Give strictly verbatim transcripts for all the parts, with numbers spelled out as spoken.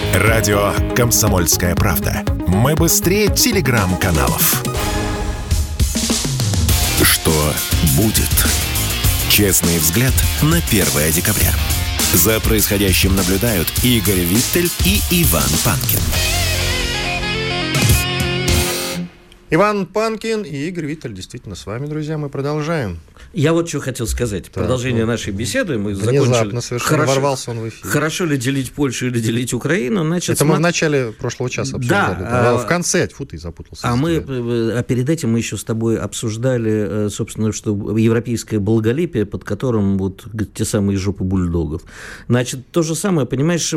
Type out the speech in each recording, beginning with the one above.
Радио «Комсомольская правда». Мы быстрее телеграм-каналов. Что будет? Честный взгляд на первое декабря. За происходящим наблюдают Игорь Виттель и Иван Панкин. Иван Панкин и Игорь Виттель действительно с вами, друзья. Мы продолжаем. Я вот что хотел сказать. Так, Продолжение ну, нашей беседы. Мы внезапно совершенно хорошо, ворвался он в эфир. Хорошо ли делить Польшу или делить Украину? Значит, Это см... мы в начале прошлого часа обсуждали. Да, да. В конце, тьфу ты, запутался. А, мы, а перед этим мы еще с тобой обсуждали, собственно, что европейское благолепие, под которым вот те самые жопы бульдогов. Значит, то же самое, понимаешь,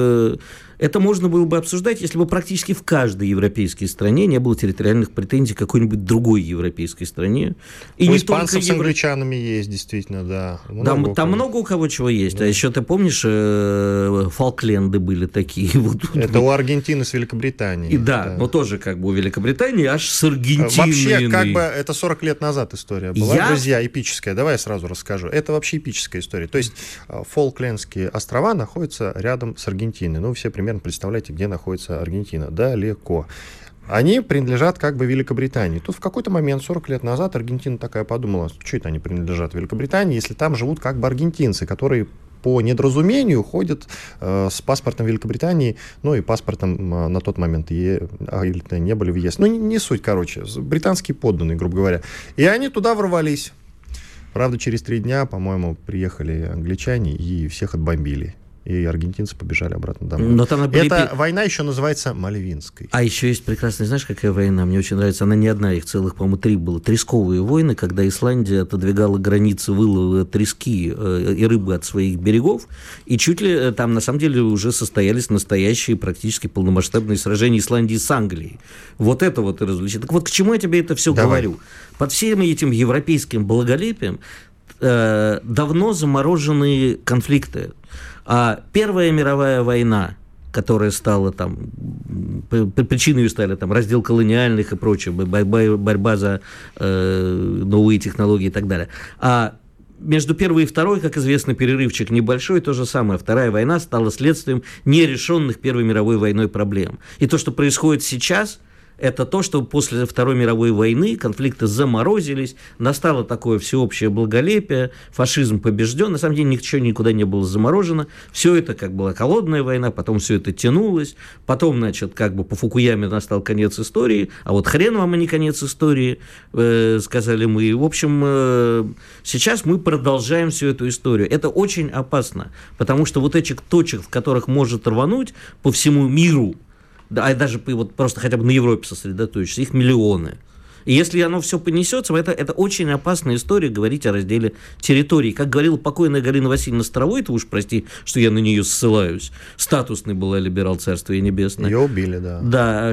это можно было бы обсуждать, если бы практически в каждой европейской стране не было территориальных претензий к какой-нибудь другой европейской стране. И у не испанцев только с англичанами есть, действительно, да. Много да там кого. много у кого чего есть. Да. А еще ты помнишь, э, Фолкленды были такие. Это у Аргентины с Великобританией. И да, да, но тоже как бы у Великобритании аж с Аргентиной. Вообще, как бы, это сорок лет назад история была, я... друзья, эпическая. Давай я сразу расскажу. Это вообще эпическая история. То есть Фолклендские острова находятся рядом с Аргентиной. Ну, все примерно представляете, где находится Аргентина. Далеко. Они принадлежат как бы Великобритании. Тут в какой-то момент, сорок лет назад, Аргентина такая подумала, что это они принадлежат Великобритании, если там живут как бы аргентинцы, которые по недоразумению ходят э, с паспортом Великобритании, ну и паспортом э, на тот момент е, а, или не были в ЕС. Ну, не, не суть, короче, британские подданные, грубо говоря. И они туда ворвались. Правда, через три дня, по-моему, приехали англичане и всех отбомбили. И аргентинцы побежали обратно домой. Но там были... Эта война еще называется Мальвинской. А еще есть прекрасная, знаешь, какая война? Мне очень нравится. Она не одна, их целых, по-моему, три было. Тресковые войны, когда Исландия отодвигала границы вылова трески и рыбы от своих берегов. И чуть ли там, на самом деле, уже состоялись настоящие практически полномасштабные сражения Исландии с Англией. Вот это вот и развлечение. Так вот, к чему я тебе это все Давай. говорю? Под всем этим европейским благолепием э, давно замороженные конфликты. А Первая мировая война, которая стала там, причиной стали там раздел колониальных и прочее, борьба, борьба за э, новые технологии и так далее. А между первой и второй, как известно, перерывчик небольшой, то же самое. Вторая война стала следствием нерешенных Первой мировой войной проблем. И то, что происходит сейчас, это то, что после Второй мировой войны конфликты заморозились, настало такое всеобщее благолепие, фашизм побежден, на самом деле ничего никуда не было заморожено, все это как была холодная война, потом все это тянулось, потом, значит, как бы по Фукуяме настал конец истории, а вот хрен вам, а не конец истории, э, сказали мы. В общем, э, сейчас мы продолжаем всю эту историю. Это очень опасно, потому что вот этих точек, в которых может рвануть по всему миру, да, а даже вот просто хотя бы на Европе сосредоточиться, их миллионы. И если оно все понесется, это, это очень опасная история говорить о разделе территорий. Как говорила покойная Галина Васильевна Старовой, ты уж прости, что я на нее ссылаюсь, статусной была либерал Царствие Небесное. Ее убили, да. Да,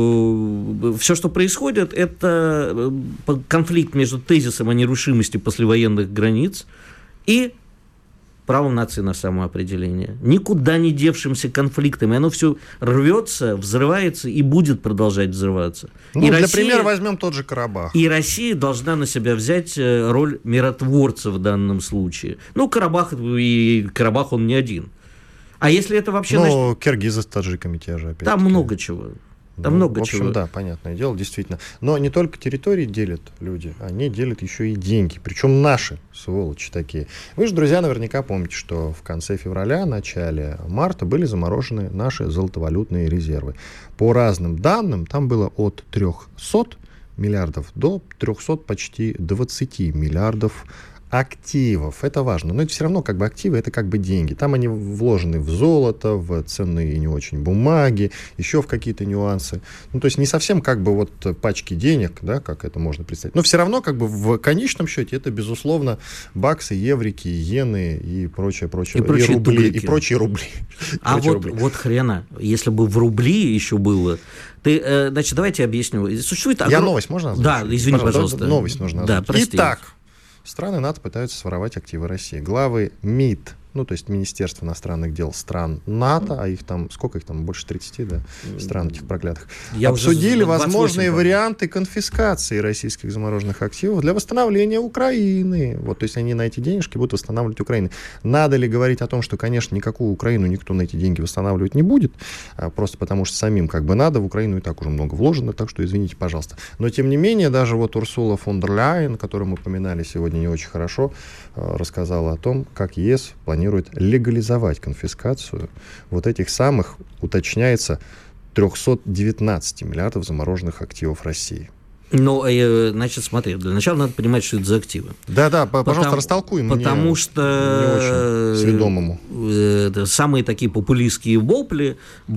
что все, что происходит, это конфликт между тезисом о нерушимости послевоенных границ и правом нации на самоопределение. Никуда не девшимся конфликтом. И оно все рвется, взрывается и будет продолжать взрываться. Ну, и для Россия, примера возьмем тот же Карабах. И Россия должна на себя взять роль миротворца в данном случае. Ну, Карабах, и Карабах он не один. А если это вообще... Ну, значит... киргизы с таджиками те же, опять-таки. Там много чего. Там ну, много в общем, чего. да, понятное дело, действительно. Но не только территории делят люди, они делят еще и деньги. Причем наши сволочи такие. Вы же, друзья, наверняка помните, что в конце февраля, начале марта были заморожены наши золотовалютные резервы. По разным данным, там было от трехсот миллиардов до трехсот почти двадцати миллиардов активов. Это важно. Но это все равно как бы активы, это как бы деньги. Там они вложены в золото, в ценные не очень бумаги, еще в какие-то нюансы. Ну, то есть не совсем как бы вот пачки денег, да, как это можно представить. Но все равно как бы в конечном счете это, безусловно, баксы, еврики, иены и прочее, прочее. И, прочие и рубли, дублики. и прочие рубли. А вот, рубли. вот хрена, если бы в рубли еще было... Ты, э, значит, давайте объясню. Существует огром... Я новость можно озвучить? Да, извини, пожалуйста. пожалуйста. Новость нужно да, озвучить. Итак, страны НАТО пытаются своровать активы России. Главы МИД ну, то есть Министерство иностранных дел стран НАТО, а их там, сколько их там, больше тридцати, да, стран этих проклятых, Я обсудили возможные варианты конфискации российских замороженных активов для восстановления Украины. Вот, то есть они на эти денежки будут восстанавливать Украину. Надо ли говорить о том, что, конечно, никакую Украину никто на эти деньги восстанавливать не будет, просто потому что самим как бы надо, в Украину и так уже много вложено, так что извините, пожалуйста. Но, тем не менее, даже вот Урсула фон дер Ляйен, которую мы упоминали сегодня не очень хорошо, рассказала о том, как ЕС планирует планирует легализовать конфискацию вот этих самых, уточняется, триста девятнадцать миллиардов замороженных активов России. Ну, значит, смотри, для начала надо понимать, что это за активы. Да-да, пожалуйста, потому, растолкуй мне. Потому что не очень сведомому. Самые такие популистские вопли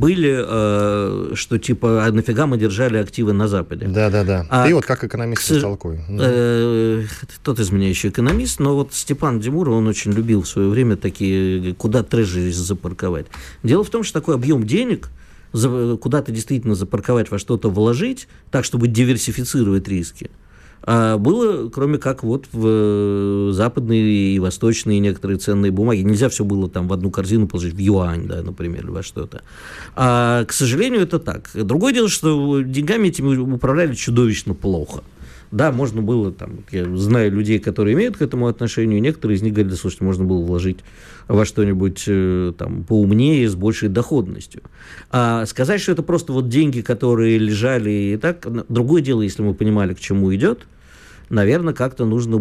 были, что типа, а нафига мы держали активы на Западе. Да-да-да. А, Ты вот как экономист растолкуй. Э, тот из меня еще экономист, но вот Степан Демуров, он очень любил в свое время такие, куда трежерис запарковать. Дело в том, что такой объем денег куда-то действительно запарковать, во что-то вложить, так, чтобы диверсифицировать риски, а было, кроме как вот в западные и восточные некоторые ценные бумаги. Нельзя все было там в одну корзину положить, в юань, да, например, во что-то. А, к сожалению, это так. Другое дело, что деньгами этими управляли чудовищно плохо. Да, можно было, там, я знаю людей, которые имеют к этому отношение, некоторые из них говорят, да, слушайте, можно было вложить во что-нибудь там поумнее, с большей доходностью. А сказать, что это просто вот деньги, которые лежали и так, другое дело, если мы понимали, к чему идет, наверное, как-то нужно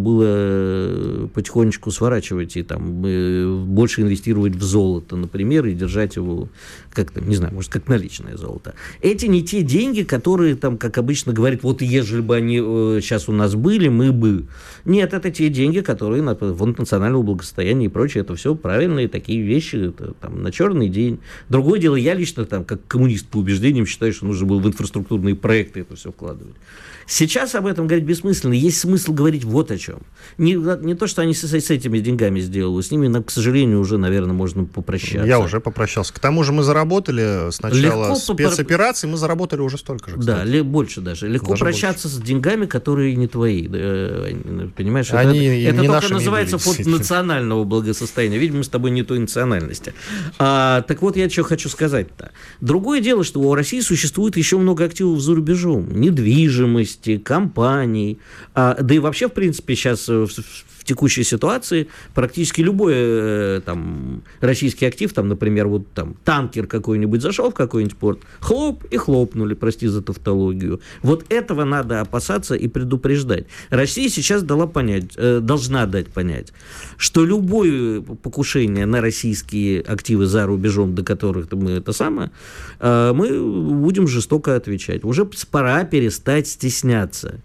было потихонечку сворачивать и там больше инвестировать в золото, например, и держать его как-то, не знаю, может, как наличное золото. Эти не те деньги, которые там, как обычно говорят, вот ежели бы они сейчас у нас были, мы бы. Нет, это те деньги, которые на фонд национального благосостояния и прочее, это все правильные такие вещи, это там на черный день. Другое дело, я лично там, как коммунист по убеждениям, считаю, что нужно было в инфраструктурные проекты это все вкладывать. Сейчас об этом говорить бессмысленно. Есть смысл говорить вот о чем. Не, не то, что они с, с этими деньгами сделали. С ними, к сожалению, уже, наверное, можно попрощаться. Я уже попрощался. К тому же мы заработали сначала Легко спецоперации, попро... мы заработали уже столько же, кстати. Да, больше даже. Легко даже прощаться больше. С деньгами, которые не твои. Понимаешь? Они это это не только называется фонд национального благосостояния. Видимо, мы с тобой не той национальности. А, так вот, я что хочу сказать-то. Другое дело, что у России существует еще много активов за рубежом. Недвижимость, компаний, а, да и вообще, в принципе, сейчас в, в текущей ситуации практически любой э, там, российский актив, там, например, вот там танкер какой-нибудь зашел в какой-нибудь порт, хлоп, и хлопнули, прости за тавтологию. Вот этого надо опасаться и предупреждать. Россия сейчас дала понять, э, должна дать понять, что любое покушение на российские активы за рубежом, до которых мы это самое, э, мы будем жестоко отвечать. Уже пора перестать стесняться.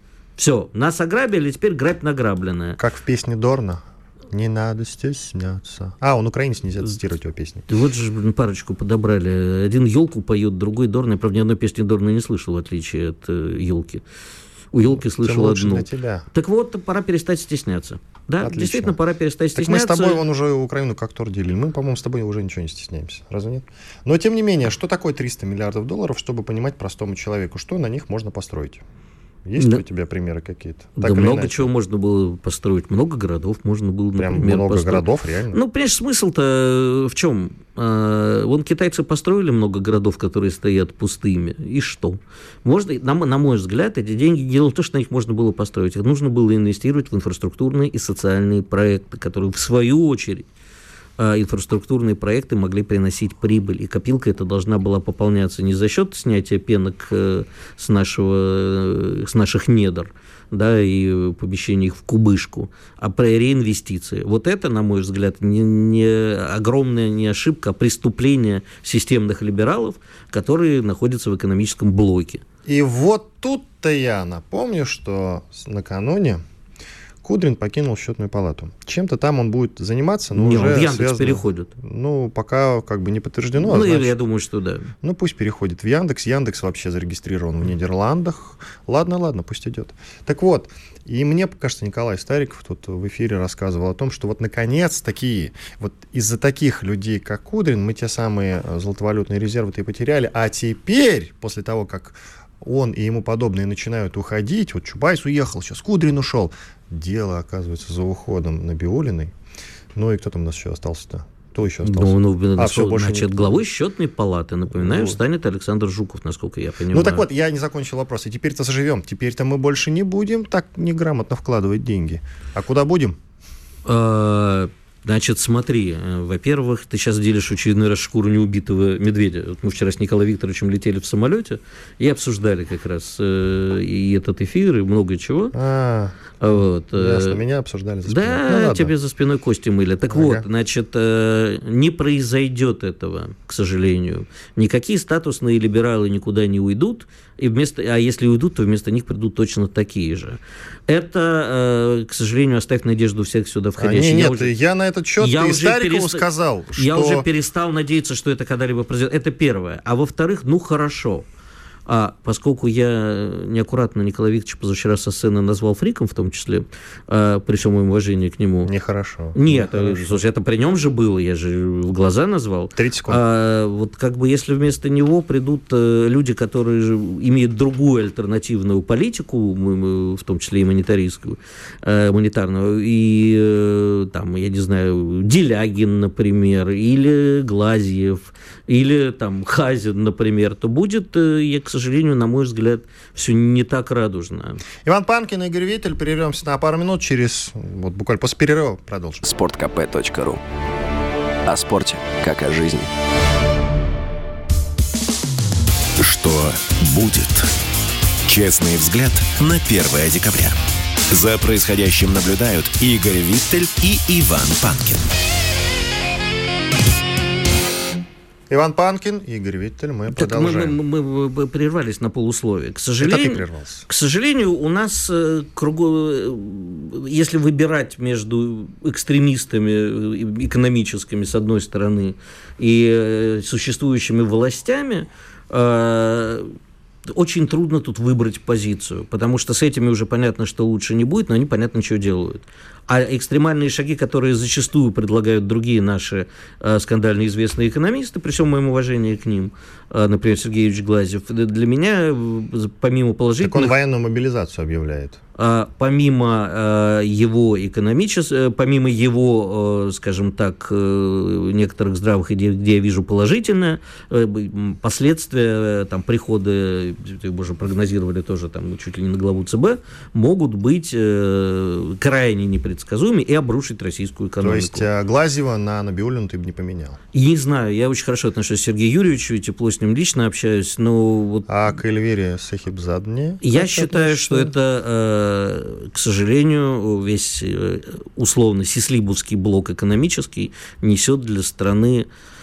Все, нас ограбили, теперь грабь награбленная. Как в песне Дорна. Не надо стесняться. А, он украинец, нельзя цитировать его песни. Вот же парочку подобрали. Один елку поет, другой Дорна. Я, правда, ни одной песни Дорна не слышал, в отличие от елки. У елки слышал одну. Так вот, пора перестать стесняться. Да, отлично. Действительно, пора перестать стесняться. Так мы с тобой вон уже Украину как тор делили. Мы, по-моему, с тобой уже ничего не стесняемся. Разве нет? Но, тем не менее, что такое триста миллиардов долларов, чтобы понимать простому человеку, что на них можно построить? Есть да. у тебя примеры какие-то? Так да много иначе? Чего можно было построить. Много городов можно было, Прям например, много построить. городов, реально? Ну, понимаешь, смысл-то в чем? А, вон китайцы построили много городов, которые стоят пустыми. И что? Можно, на, на мой взгляд, эти деньги, дело в том, что на них можно было построить. Их нужно было инвестировать в инфраструктурные и социальные проекты, которые, в свою очередь, инфраструктурные проекты могли приносить прибыль. И копилка эта должна была пополняться не за счет снятия пенок с, нашего, с наших недр, да, и помещения их в кубышку, а про реинвестиции. Вот это, на мой взгляд, не, не огромная не ошибка, а преступление системных либералов, которые находятся в экономическом блоке. И вот тут-то я напомню, что накануне Кудрин покинул счетную палату. Чем-то там он будет заниматься, но не, уже он в Яндекс связано... переходит. Ну, пока как бы не подтверждено. Ну, а значит... я думаю, что да. Ну, пусть переходит в Яндекс. Яндекс вообще зарегистрирован в Нидерландах. Ладно, ладно, пусть идет. Так вот, и мне кажется, Николай Стариков тут в эфире рассказывал о том, что вот наконец такие, вот из-за таких людей, как Кудрин, мы те самые золотовалютные резервы-то и потеряли, а теперь, после того, как он и ему подобные начинают уходить, вот Чубайс уехал, сейчас Кудрин ушел, дело, оказывается, за уходом Набиуллиной. Ну и кто там у нас еще остался-то? Кто еще остался? Ну, ну, а, все, значит, не... главой счетной палаты, напоминаю, вот. станет Александр Жуков, насколько я понимаю. Ну так вот, я не закончил вопрос. И теперь-то заживем. Теперь-то мы больше не будем так неграмотно вкладывать деньги. А куда будем? Значит, смотри, во-первых, ты сейчас делишь очередной раз шкуру неубитого медведя. Вот мы вчера с Николаем Викторовичем летели в самолете и обсуждали как раз э, и этот эфир, и много чего. А, вот. Ясно, меня обсуждали за спиной. Да, ну, тебе за спиной кости мыли. Так ага. вот, значит, э, не произойдет этого, к сожалению. Никакие статусные либералы никуда не уйдут, и вместо, а если уйдут, то вместо них придут точно такие же. Это, э, к сожалению, оставь надежду всех сюда входящих. А, нет, я, уже, я на этот счет я и Старикову перест... сказал, что... Я уже перестал надеяться, что это когда-либо произойдет. Это первое. А во-вторых, ну хорошо. А поскольку я неаккуратно Николая Викторовича позавчера со сцены назвал фриком, в том числе, а, при всем моем уважении к нему... Нехорошо. Нет, Нехорошо. Слушай, это при нем же было, я же в глаза назвал. тридцать секунд. А, вот как бы если вместо него придут а, люди, которые же имеют другую альтернативную политику, в том числе и монетаристскую, а, монетарную, и а, там, я не знаю, Делягин, например, или Глазьев, или там Хазин, например, то будет, я, к сожалению, на мой взгляд, все не так радужно. Иван Панкин, Игорь Виттель. Прервемся на пару минут. Через, вот буквально после перерыва продолжим. спорт кей пи точка ру. О спорте, как о жизни. Что будет? Честный взгляд на первое декабря. За происходящим наблюдают Игорь Виттель и Иван Панкин. Иван Панкин, Игорь Виттель, мы так продолжаем. Мы, мы, мы прервались на полусловие. К сожалению, Это ты прервался. К сожалению, у нас кругом, если выбирать между экстремистами экономическими, с одной стороны, и существующими властями, очень трудно тут выбрать позицию, потому что с этими уже понятно, что лучше не будет, но они понятно, что делают. А экстремальные шаги, которые зачастую предлагают другие наши э, скандально известные экономисты, при всем моем уважении к ним, э, например, Сергей Юрьевич Глазьев, для меня, помимо положительных... Так он военную мобилизацию объявляет. Э, помимо э, его экономического, помимо его, э, скажем так, э, некоторых здравых идей, где я вижу положительное, э, последствия, э, там, прихода, мы уже прогнозировали тоже там, чуть ли не на главу ЦБ, могут быть э, крайне непредсказуемыми и обрушить российскую экономику. То есть а, Глазьева на Набиуллину ты бы не поменял? И не знаю, я очень хорошо отношусь к Сергею Юрьевичу, и тепло с ним лично общаюсь, но... Вот... А к Эльвире Сахибзадне? Я считаю, относится? что это, э, к сожалению, весь э, условно сислибусский блок экономический несет для страны...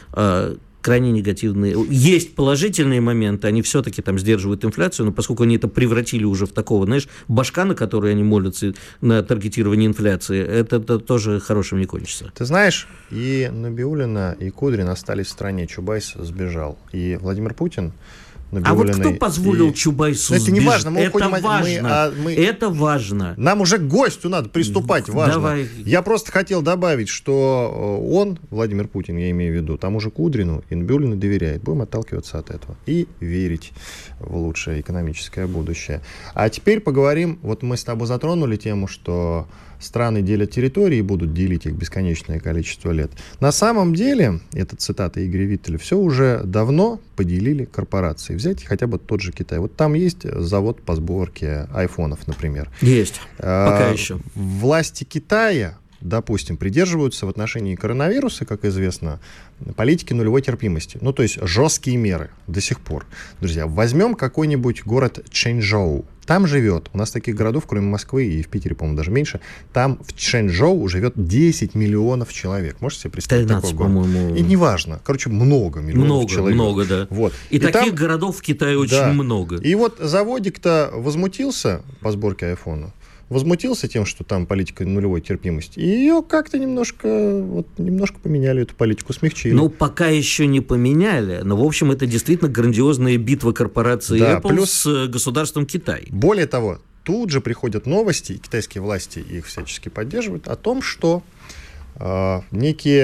Э, крайне негативные. Есть положительные моменты, они все-таки там сдерживают инфляцию, но поскольку они это превратили уже в такого, знаешь, башка, на которой они молятся на таргетирование инфляции, это, это тоже хорошим не кончится. Ты знаешь, и Набиуллина, и Кудрин остались в стране, Чубайс сбежал. И Владимир Путин... А вот кто позволил и... Чубайсу сбежать? Это не важно. Мы это уходим, важно. Мы, а, мы... Это важно. Нам уже к гостю надо приступать. Важно. Давай. Я просто хотел добавить, что он, Владимир Путин, я имею в виду, тому же Кудрину и Набиуллину доверяет. Будем отталкиваться от этого. И верить в лучшее экономическое будущее. А теперь поговорим. Вот мы с тобой затронули тему, что страны делят территории и будут делить их бесконечное количество лет. На самом деле, это цитата Игоря Виттеля, все уже давно поделили корпорации. Взять хотя бы тот же Китай. Вот там есть завод по сборке айфонов, например. Есть. Пока а, еще. Власти Китая, допустим, придерживаются в отношении коронавируса, как известно, политики нулевой терпимости. Ну, то есть жесткие меры до сих пор. Друзья, возьмем какой-нибудь город Чэньчжоу. Там живет, у нас таких городов, кроме Москвы и в Питере, по-моему, даже меньше, там в Чэньчжоу живет десять миллионов человек. Можете себе представить такой город? По-моему. И неважно. Короче, много миллионов много, человек. Много, да. Вот. И, и таких там, городов в Китае очень да. много. И вот заводик-то возмутился по сборке айфона. Возмутился тем, что там политика нулевой терпимости. И ее как-то немножко, вот, немножко поменяли, эту политику смягчили. Ну, пока еще не поменяли. Но, в общем, это действительно грандиозная битва корпорации да, Apple плюс, с государством Китай. Более того, тут же приходят новости, и китайские власти их всячески поддерживают, о том, что э, некие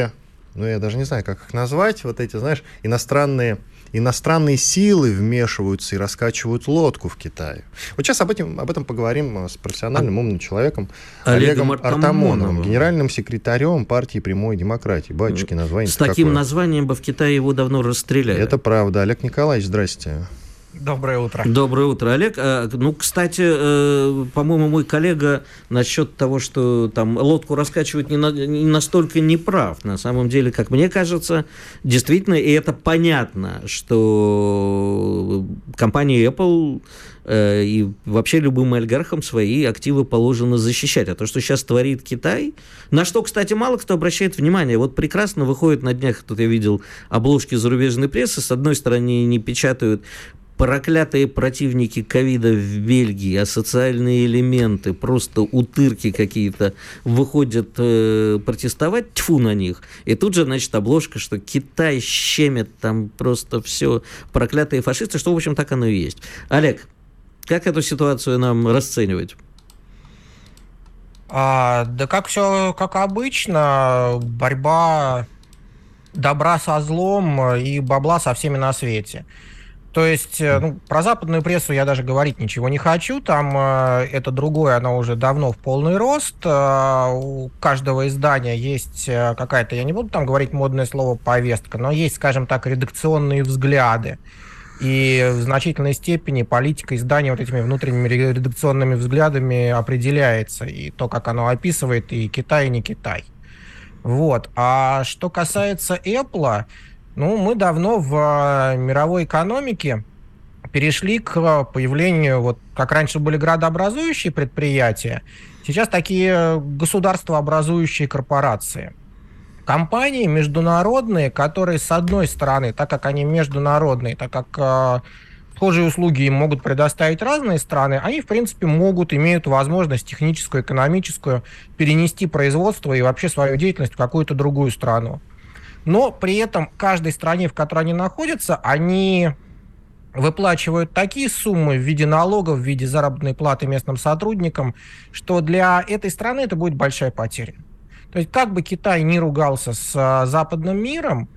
ну, я даже не знаю, как их назвать, вот эти, знаешь, иностранные, иностранные силы вмешиваются и раскачивают лодку в Китае. Вот сейчас об этом, об этом поговорим с профессиональным умным человеком Олегом, Олегом Артамоновым, генеральным секретарем партии «Прямой демократии». Батюшки, название С таким какое? названием бы в Китае его давно расстреляли. Это правда. Олег Николаевич, здрасте. Доброе утро. Доброе утро, Олег. Ну, кстати, по-моему, мой коллега насчет того, что там лодку раскачивают, не, на, не настолько неправ. На самом деле, как мне кажется, действительно, и это понятно, что компания Apple и вообще любым олигархам свои активы положено защищать. А то, что сейчас творит Китай, на что, кстати, мало кто обращает внимание. Вот прекрасно выходит на днях, тут я видел обложки зарубежной прессы, с одной стороны не печатают проклятые противники ковида в Бельгии, асоциальные элементы, просто утырки какие-то выходят э, протестовать, тьфу на них. И тут же, значит, обложка, что Китай щемит там просто все, проклятые фашисты, что, в общем, так оно и есть. Олег, как эту ситуацию нам расценивать? А, да как все, как обычно, борьба добра со злом и бабла со всеми на свете. То есть, ну, про западную прессу я даже говорить ничего не хочу, там э, это другое, оно уже давно в полный рост, э, у каждого издания есть э, какая-то, я не буду там говорить модное слово повестка, но есть, скажем так, редакционные взгляды, и в значительной степени политика издания вот этими внутренними редакционными взглядами определяется, и то, как оно описывает и Китай, и не Китай. Вот. А что касается Apple, ну, мы давно в мировой экономике перешли к появлению, вот как раньше были градообразующие предприятия, сейчас такие государствообразующие корпорации. Компании международные, которые, с одной стороны, так как они международные, так как э, схожие услуги им могут предоставить разные страны, они, в принципе, могут, имеют возможность техническую, экономическую перенести производство и вообще свою деятельность в какую-то другую страну. Но при этом каждой стране, в которой они находятся, они выплачивают такие суммы в виде налогов, в виде заработной платы местным сотрудникам, что для этой страны это будет большая потеря. То есть как бы Китай ни ругался с западным миром,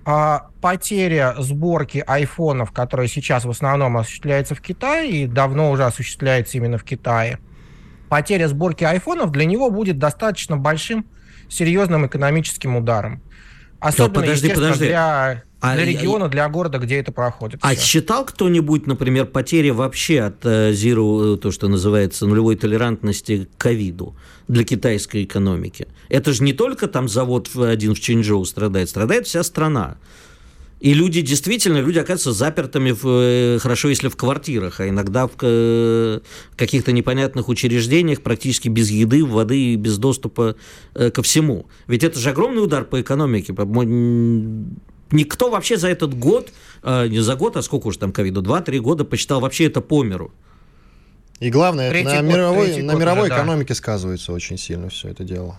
потеря сборки айфонов, которая сейчас в основном осуществляется в Китае и давно уже осуществляется именно в Китае, потеря сборки айфонов для него будет достаточно большим, серьезным экономическим ударом. Особенно, подожди, естественно, подожди. Для, а, для региона, а, для города, где это проходит. А все. Считал кто-нибудь, например, потери вообще от zero, то, что называется, нулевой толерантности к ковиду для китайской экономики? Это же не только там завод один в Чэньчжоу страдает, страдает вся страна. И люди действительно, люди оказываются запертыми, в, хорошо, если в квартирах, а иногда в каких-то непонятных учреждениях, практически без еды, воды и без доступа ко всему. Ведь это же огромный удар по экономике. Никто вообще за этот год, не за год, а сколько уж там ковиду, два-три года посчитал вообще это по миру. И главное, это на год, мировой, на мировой уже, экономике да. сказывается очень сильно все это дело.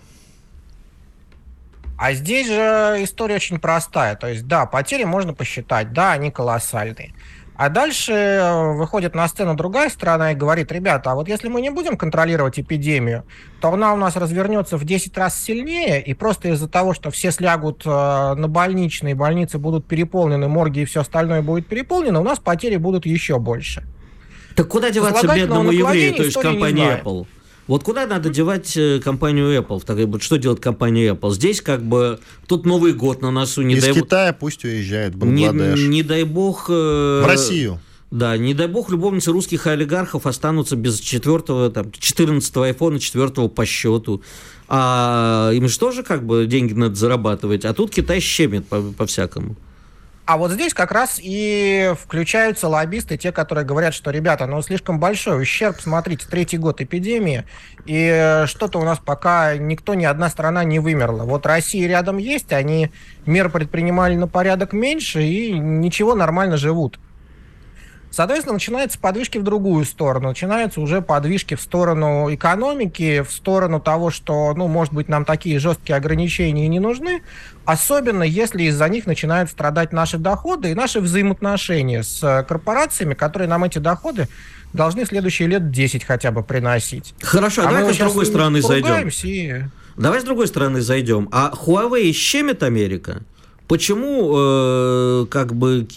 А здесь же история очень простая. То есть, да, потери можно посчитать, да, они колоссальные. А дальше выходит на сцену другая сторона и говорит: ребята, а вот если мы не будем контролировать эпидемию, то она у нас развернется в десять раз сильнее, и просто из-за того, что все слягут на больничные, больницы будут переполнены, морги и все остальное будет переполнено, у нас потери будут еще больше. Так куда деваться бедному еврею, то есть компании Apple? Вот куда надо девать компанию Apple? Что делает компания Apple? Здесь как бы тут Новый год на носу. Не Из дай... Китая пусть уезжает в Бангладеш. Не, не дай бог... В Россию. Да, не дай бог любовницы русских олигархов останутся без четвертого, там, четырнадцатого айфона, четвертого по счету. А им же тоже как бы деньги надо зарабатывать. А тут Китай щемит по- по-всякому. А вот здесь как раз и включаются лоббисты, те, которые говорят, что, ребята, ну слишком большой ущерб, смотрите, третий год эпидемии, и что-то у нас пока никто, ни одна страна не вымерла. Вот Россия рядом есть, они меры предпринимали на порядок меньше, и ничего, нормально живут. Соответственно, начинаются подвижки в другую сторону. Начинаются уже подвижки в сторону экономики, в сторону того, что, ну, может быть, нам такие жесткие ограничения не нужны, особенно если из-за них начинают страдать наши доходы и наши взаимоотношения с корпорациями, которые нам эти доходы должны следующие лет десять хотя бы приносить. Хорошо, а, а давай с другой стороны зайдем. И... Давай с другой стороны зайдем. А Huawei щемит Америка? Почему э, как бы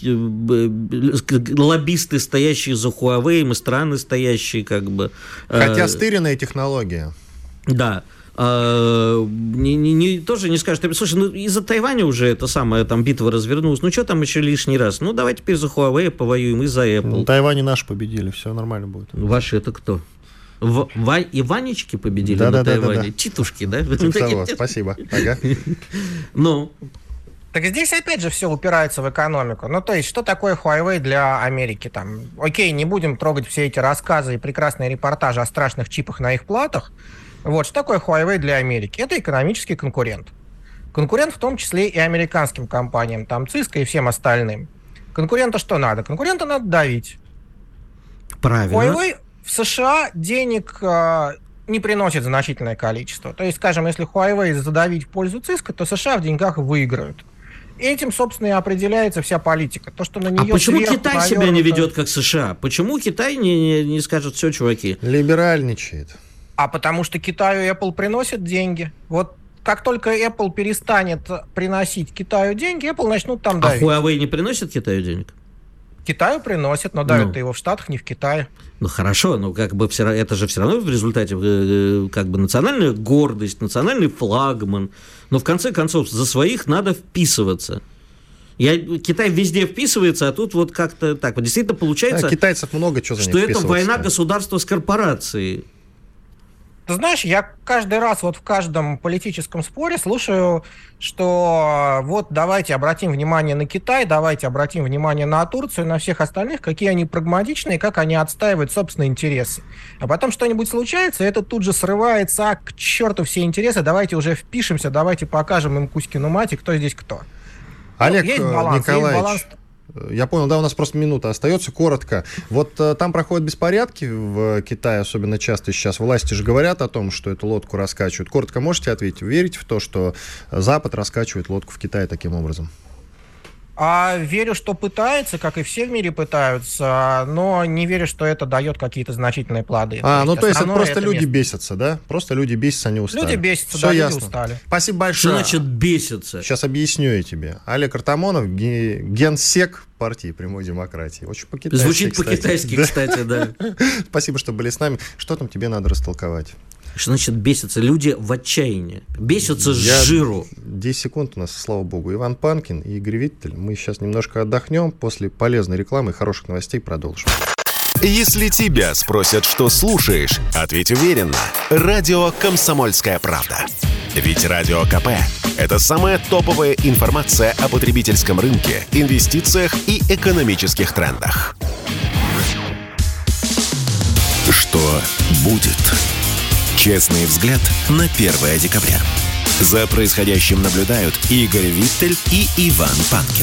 э, лоббисты, стоящие за Huawei, и страны, стоящие как бы... Э, Хотя стыренная технология. Да. Э, не, не, не, тоже не скажешь, слушай, ну из-за Тайваня уже эта самая там битва развернулась, ну что там еще лишний раз? Ну давай теперь за Huawei повоюем и за Apple. Ну, Тайвань наши победили, все нормально будет. Ваши это кто? В, Ва, Иванечки победили да, на да, Тайване? Да, да, да. Титушки, да? Типа спасибо. Ага. Ну... Так здесь опять же все упирается в экономику. Ну, то есть, что такое Huawei для Америки? Там, окей, не будем трогать все эти рассказы и прекрасные репортажи о страшных чипах на их платах. Вот, что такое Huawei для Америки? Это экономический конкурент. Конкурент в том числе и американским компаниям, там, Cisco и всем остальным. Конкурента что надо? Конкурента надо давить. Правильно. Huawei в США денег э, не приносит значительное количество. То есть, скажем, если Huawei задавить в пользу Cisco, то США в деньгах выиграют. Этим, собственно, и определяется вся политика. То, что на нее а почему Китай навернуто... себя не ведет как США? Почему Китай не, не, не скажет, все, чуваки? Либеральничает. А потому что Китаю Apple приносит деньги. Вот как только Apple перестанет приносить Китаю деньги, Apple начнут там давить. А Huawei не приносит Китаю денег? Китаю приносит, но давят-то ну. его в Штатах, не в Китае. Ну хорошо, но как бы все, это же все равно в результате как бы национальная гордость, национальный флагман. Но в конце концов за своих надо вписываться. Я, Китай везде вписывается, а тут вот как-то так. Вот действительно получается, а китайцев много чего за что это война государства с корпорацией. Ты знаешь, я каждый раз вот в каждом политическом споре слушаю, что вот давайте обратим внимание на Китай, давайте обратим внимание на Турцию, на всех остальных, какие они прагматичные, как они отстаивают собственные интересы. А потом что-нибудь случается, это тут же срывается, а к черту все интересы, давайте уже впишемся, давайте покажем им Кузькину мать и кто здесь кто. Олег ну, есть баланс, Николаевич, есть баланс. Я понял, да, у нас просто минута остается, коротко. Вот э, там проходят беспорядки в Китае, особенно часто сейчас. Власти же говорят о том, что эту лодку раскачивают. Коротко можете ответить, верите в то, что Запад раскачивает лодку в Китае таким образом? А верю, что пытается, как и все в мире пытаются, но не верю, что это дает какие-то значительные плоды. А, то ну есть, то есть это просто это люди место. бесятся, да? Просто люди бесятся, они устали. Люди бесятся, Все да, ясно. люди устали. Спасибо большое. Что значит бесятся? Сейчас объясню я тебе. Олег Артамонов, генсек партии Прямой Демократии. Очень по-китайски, Звучит кстати. по-китайски, да? кстати, да. Спасибо, что были с нами. Что там тебе надо растолковать? Что значит бесятся? Люди в отчаянии. Бесятся с Я... жиру. десять секунд у нас, слава богу. Иван Панкин и Игорь Виттель. Мы сейчас немножко отдохнем. После полезной рекламы и хороших новостей продолжим. Если тебя спросят, что слушаешь, ответь уверенно. Радио «Комсомольская правда». Ведь Радио КП – это самая топовая информация о потребительском рынке, инвестициях и экономических трендах. Что будет? Честный взгляд на первое декабря. За происходящим наблюдают Игорь Виттель и Иван Панкин.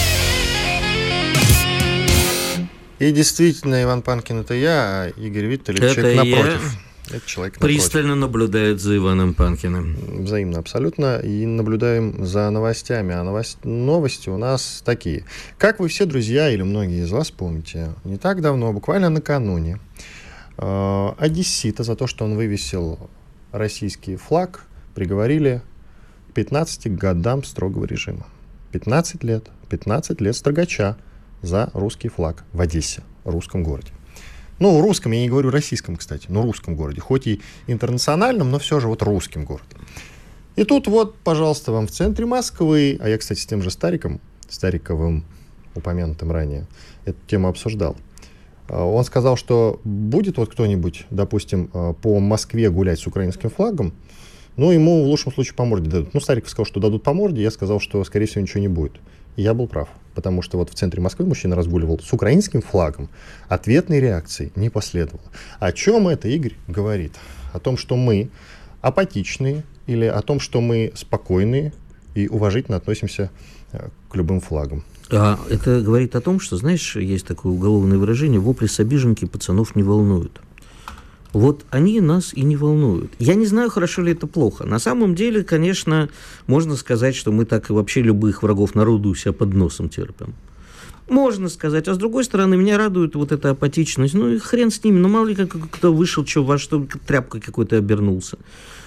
И действительно, Иван Панкин — это я, а Игорь Виттель — это человек напротив. Это человек напротив. Пристально наблюдает за Иваном Панкиным. Взаимно, абсолютно. И наблюдаем за новостями. А новость... новости у нас такие. Как вы все, друзья, или многие из вас помните, не так давно, буквально накануне, одессита за то, что он вывесил российский флаг, приговорили к пятнадцати годам строгого режима. пятнадцать лет. пятнадцать лет строгача за русский флаг в Одессе, в русском городе. Ну, русском, я не говорю российском, кстати, но русском городе. Хоть и интернациональном, но все же вот русским городом. И тут вот, пожалуйста, вам в центре Москвы, а я, кстати, с тем же Стариком, Стариковым, упомянутым ранее, эту тему обсуждал. Он сказал, что будет вот кто-нибудь, допустим, по Москве гулять с украинским флагом, ну, ему в лучшем случае по морде дадут. Ну, Стариков сказал, что дадут по морде, я сказал, что, скорее всего, ничего не будет. И я был прав, потому что вот в центре Москвы мужчина разгуливал с украинским флагом, ответной реакции не последовало. О чем это, Игорь, говорит? О том, что мы апатичные, или о том, что мы спокойные и уважительно относимся к любым флагам? А это говорит о том, что, знаешь, есть такое уголовное выражение: вопли с обиженки пацанов не волнуют. Вот они нас и не волнуют. Я не знаю, хорошо ли это плохо. На самом деле, конечно, можно сказать, что мы так и вообще любых врагов народа у себя под носом терпим. Можно сказать. А с другой стороны, меня радует вот эта апатичность. Ну и хрен с ними. Ну мало ли как кто вышел, что, во что тряпкой какой-то обернулся.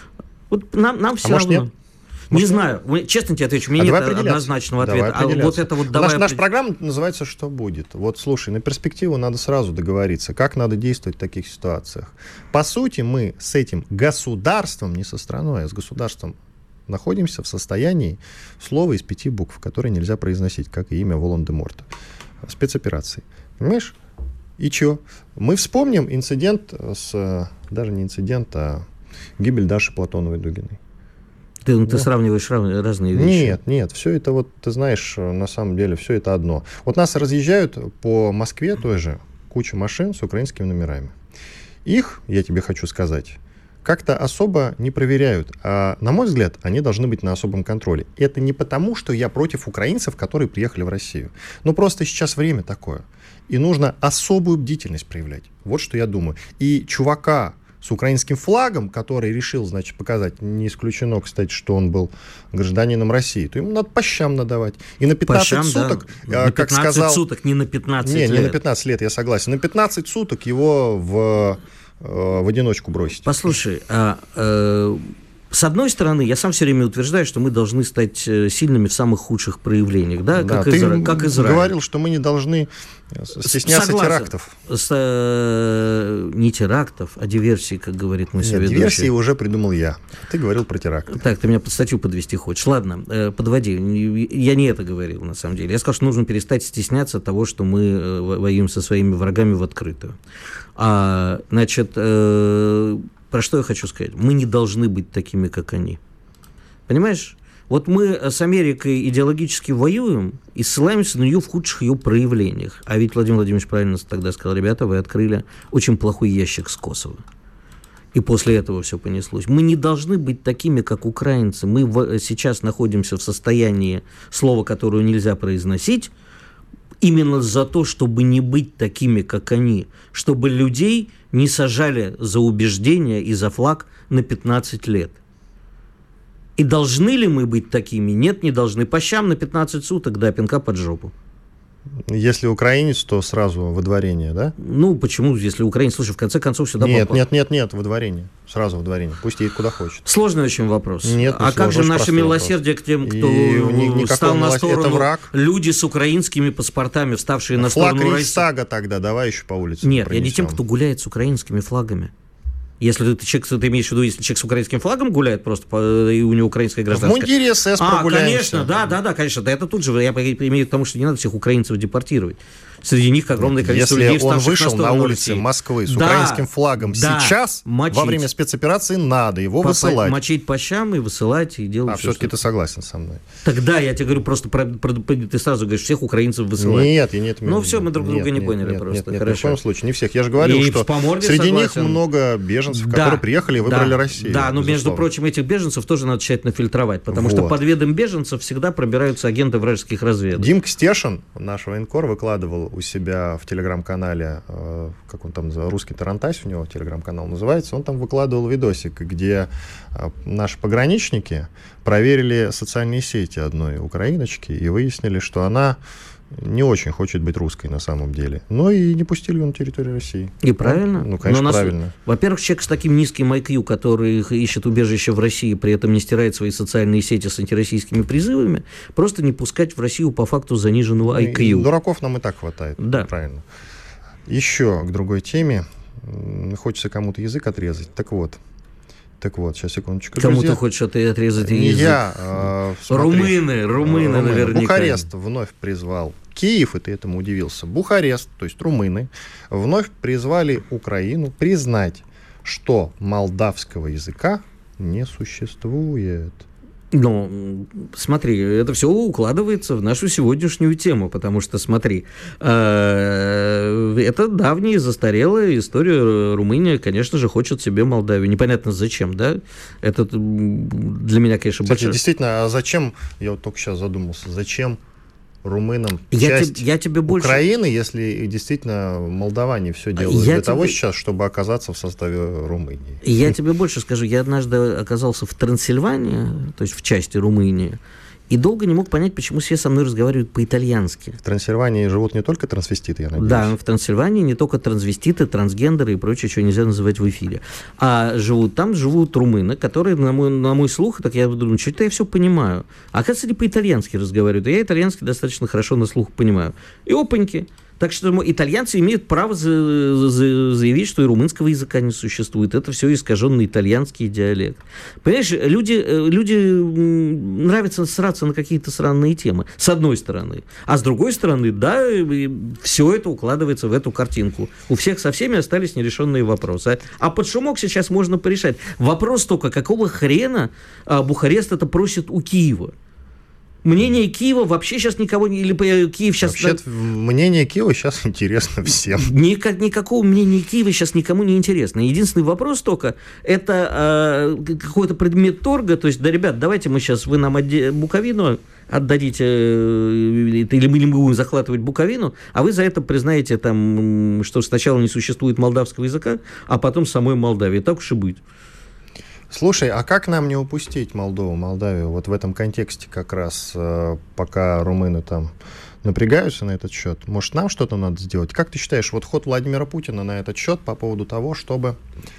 Вот нам, нам все а может, равно. Нет? Не Может, знаю, честно тебе отвечу, у меня а нет однозначного ответа. А вот это вот давай... Наш, наша программа называется «Что будет?». Вот слушай, на перспективу надо сразу договориться, как надо действовать в таких ситуациях. По сути, мы с этим государством, не со страной, а с государством, находимся в состоянии слова из пяти букв, которое нельзя произносить, как и имя Волан-де-Морта. Спецоперации. Понимаешь? И что? Мы вспомним инцидент с... Даже не инцидент, а гибель Даши Платоновой-Дугиной. Ты, ну, ты сравниваешь разные вещи. Нет, нет, все это вот, ты знаешь, на самом деле, все это одно. Вот нас разъезжают по Москве той же куча машин с украинскими номерами. Их, я тебе хочу сказать, как-то особо не проверяют. А, на мой взгляд, они должны быть на особом контроле. Это не потому, что я против украинцев, которые приехали в Россию. Но просто сейчас время такое. И нужно особую бдительность проявлять. Вот что я думаю. И чувака с украинским флагом, который решил, значит, показать, не исключено, кстати, что он был гражданином России, то ему надо по щам надавать. И на пятнадцать щам, суток, да. на как сказал... суток, не на пятнадцать не, лет. Не на пятнадцать лет, я согласен. На пятнадцать суток его в, в одиночку бросить. Послушай, а, а, с одной стороны, я сам все время утверждаю, что мы должны стать сильными в самых худших проявлениях, да, да как, ты Изра... как Израиль. говорил, что мы не должны стесняться Согласен. терактов. С, э, не терактов, а диверсий, как говорит мой соведущий. Нет, диверсии уже придумал я. Ты говорил про теракты. Так, ты меня под статью подвести хочешь. Ладно, э, подводи. Я не это говорил, на самом деле. Я сказал, что нужно перестать стесняться того, что мы э, воюем со своими врагами в открытую. А, значит, э, про что я хочу сказать? Мы не должны быть такими, как они. Понимаешь? Вот мы с Америкой идеологически воюем и ссылаемся на нее в худших ее проявлениях. А ведь Владимир Владимирович правильно тогда сказал: ребята, вы открыли очень плохой ящик с Косово. И после этого все понеслось. Мы не должны быть такими, как украинцы. Мы в, сейчас находимся в состоянии, слова, которое нельзя произносить, именно за то, чтобы не быть такими, как они. Чтобы людей не сажали за убеждения и за флаг на пятнадцать лет. И должны ли мы быть такими? Нет, не должны. По щам на пятнадцать суток, да, пинка под жопу. Если украинец, то сразу выдворение, да? Ну, почему, если украинец? Слушай, в конце концов сюда Нет, попал. нет, нет, нет, выдворение. Сразу выдворение. Пусть едет куда хочет. Сложный очень вопрос. Нет, а как же наше милосердие вопрос. К тем, кто и встал на сторону... Это враг. Люди с украинскими паспортами, вставшие на Флаг сторону России. Рейхстага тогда давай еще по улице. Нет, я не тем, кто гуляет с украинскими флагами. Если ты, человек, ты имеешь в виду, если человек с украинским флагом гуляет просто, по, и у него украинское гражданство. В мундире СС а, прогуляемся. конечно, да, да, да, конечно. Да, это тут же, я имею к тому, что не надо всех украинцев депортировать. Среди них огромное количество Если людей, он вышел на, на улице России. Москвы с да, украинским флагом да, сейчас, мочить. Во время спецоперации, надо его по, высылать. Мочить по щам и высылать, и делать А все, все-таки что... ты согласен со мной? Тогда я тебе говорю, просто про, про, про, ты сразу говоришь, всех украинцев высылать. Нет, я не это Ну все, мы друг друга нет, не нет, поняли нет, просто. Нет, нет, ни в коем случае, не всех. Я же говорил, и что среди согласен. них много беженцев, да, которые приехали и выбрали да, Россию. Да, но, безусловно. Между прочим, этих беженцев тоже надо тщательно фильтровать, потому вот. что под видом беженцев всегда пробираются агенты вражеских разведок. Димка Стешин, наш военкор, выкладывал у себя в телеграм-канале, э, как он там, русский Тарантась у него телеграм-канал называется, он там выкладывал видосик, где э, наши пограничники проверили социальные сети одной украиночки и выяснили, что она не очень хочет быть русской на самом деле. Но и не пустили ее на территорию России. И правильно. Ну, конечно, нас, правильно. Во-первых, человек с таким низким ай кью, который ищет убежище в России, при этом не стирает свои социальные сети с антироссийскими призывами, просто не пускать в Россию по факту заниженного ай кью. И дураков нам и так хватает. Да. Правильно. Еще к другой теме. Хочется кому-то язык отрезать. Так вот. Так вот, сейчас, секундочку. Кому друзья. ты хочешь отрезать Не язык? я. А, румыны, румыны, наверняка. Бухарест вновь призвал Киев, и ты этому удивился. Бухарест, то есть румыны, вновь призвали Украину признать, что молдавского языка не существует. Ну, смотри, это все укладывается в нашу сегодняшнюю тему, потому что, смотри, это давняя застарелая история. Румыния, конечно же, хочет себе Молдавию. Непонятно зачем, да? Это для меня, конечно, Кстати, большое... действительно, а зачем, я вот только сейчас задумался, зачем румынам я часть te, я тебе больше... Украины, если действительно молдаване все делают я для тебе... того сейчас, чтобы оказаться в составе Румынии. Я тебе больше скажу, я однажды оказался в Трансильвании, то есть в части Румынии, И долго не мог понять, почему все со мной разговаривают по-итальянски. В Трансильвании живут не только трансвеститы, я надеюсь? Да, в Трансильвании не только трансвеститы, трансгендеры и прочее, что нельзя называть в эфире. А живут там живут румыны, которые, на мой, на мой слух, так я думаю, что-то я все понимаю. А оказывается, они по-итальянски разговаривают. И я итальянский достаточно хорошо на слух понимаю. И опаньки. Так что итальянцы имеют право за, за, заявить, что и румынского языка не существует. Это все искаженный итальянский диалект. Понимаешь, люди, люди нравится сраться на какие-то странные темы, с одной стороны. А с другой стороны, да, все это укладывается в эту картинку. У всех со всеми остались нерешенные вопросы. А под шумок сейчас можно порешать. Вопрос только, какого хрена Бухарест это просит у Киева? Мнение Киева вообще сейчас никого не... Или Киев сейчас... Вообще-то мнение Киева сейчас интересно всем. Никак, никакого мнения Киева сейчас никому не интересно. Единственный вопрос только, это э, какой-то предмет торга. То есть, да, ребят, давайте мы сейчас, вы нам отде... Буковину отдадите, э, или мы не будем захватывать Буковину, а вы за это признаете, там, что сначала не существует молдавского языка, а потом самой Молдавии. Так уж и быть. Слушай, а как нам не упустить Молдову, Молдавию вот в этом контексте как раз, пока румыны там напрягаются на этот счет? Может, нам что-то надо сделать? Как ты считаешь, вот ход Владимира Путина на этот счет по поводу того, чтобы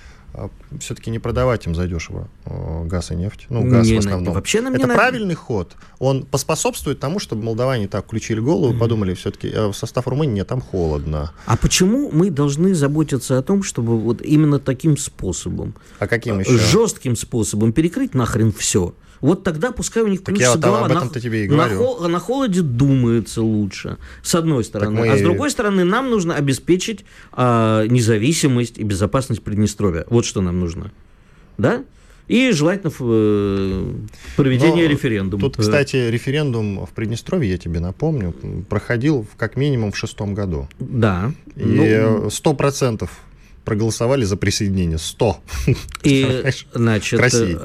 все-таки не продавать им задешево газ и нефть? Ну, газ не, в основном. Вообще нам это не правильный надо. Ход? Он поспособствует тому, чтобы молдаване так включили голову и mm-hmm. подумали, все-таки в состав Румынии нет, там холодно. А почему мы должны заботиться о том, чтобы вот именно таким способом, а каким еще? Жестким способом перекрыть нахрен все? Вот тогда пускай у них включится голова. об этом-то тебе и говорю. На, хол- на холоде думается лучше, с одной стороны. Мы... А с другой стороны, нам нужно обеспечить а, независимость и безопасность Приднестровья. Вот что нам нужно. Да? И желательно э, проведение Но референдума. Тут, кстати, референдум в Приднестровье, я тебе напомню, проходил как минимум в шестом году. Да. И сто процентов проголосовали за присоединение. сто. И, значит,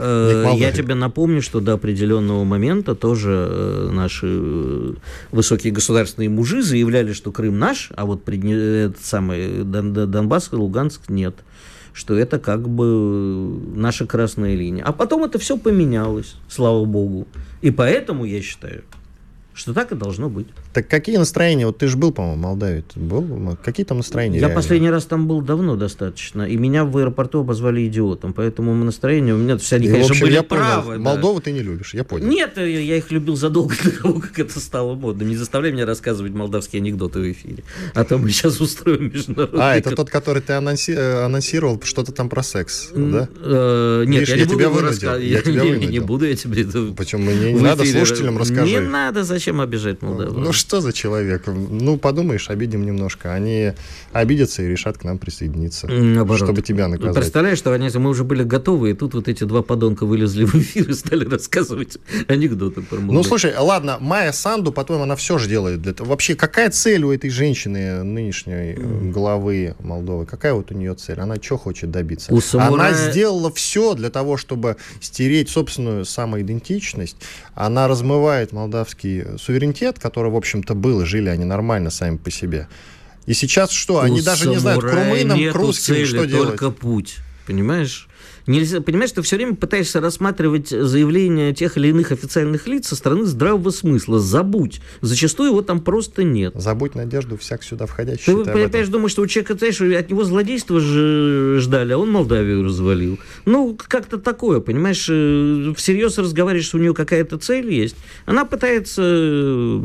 э, я тебе напомню, что до определенного момента тоже э, наши э, высокие государственные мужи заявляли, что Крым наш, а вот Придне... этот самый Дон... Донбасс и Луганск нет. Что это как бы наша красная линия. А потом это все поменялось, слава богу. И поэтому я считаю, что так и должно быть. Так какие настроения? Вот ты же был, по-моему, в Молдавии. Ты был? Какие там настроения? Я реально? Последний раз там был давно достаточно. И меня в аэропорту обозвали идиотом. Поэтому настроение у меня... Все они, и, конечно, общем, были правы. Да. Молдову ты не любишь, я понял. Нет, я их любил задолго до того, как это стало модным. Не заставляй меня рассказывать молдавские анекдоты в эфире. А то мы сейчас устроим международный... А, это тот, который ты анонси... анонсировал, что-то там про секс, да? Нет, я не буду его рассказывать. Не буду я тебе... Почему? Не надо слушателям рассказать. Не надо, зачем обижать Молдаву? Ну что за человек? Ну, подумаешь, обидим немножко. Они обидятся и решат к нам присоединиться. Наоборот. Чтобы тебя наказать. Представляешь, что они, мы уже были готовы, и тут вот эти два подонка вылезли в эфир и стали рассказывать анекдоты про Молдаву. Ну, слушай, ладно, Майя Санду, по-твоему, она все же делает для этого. Вообще, какая цель у этой женщины, нынешней mm. главы Молдовы? Какая вот у нее цель? Она что хочет добиться? У самурая... Она сделала все для того, чтобы стереть собственную самоидентичность. Она размывает молдавский суверенитет, который, в общем-то, был, и жили они нормально сами по себе. И сейчас что? Они У даже не знают, к румынам, к русским, цели, что делать. Только путь, понимаешь? Нельзя, понимаешь, ты все время пытаешься рассматривать заявления тех или иных официальных лиц со стороны здравого смысла. Забудь. Зачастую его там просто нет. Забудь надежду всяк сюда входящий. Ты, ты опять же думаешь, что у человека, знаешь, от него злодейства же ждали, а он Молдавию развалил. Ну, как-то такое, понимаешь, всерьез разговариваешь, что у нее какая-то цель есть. Она пытается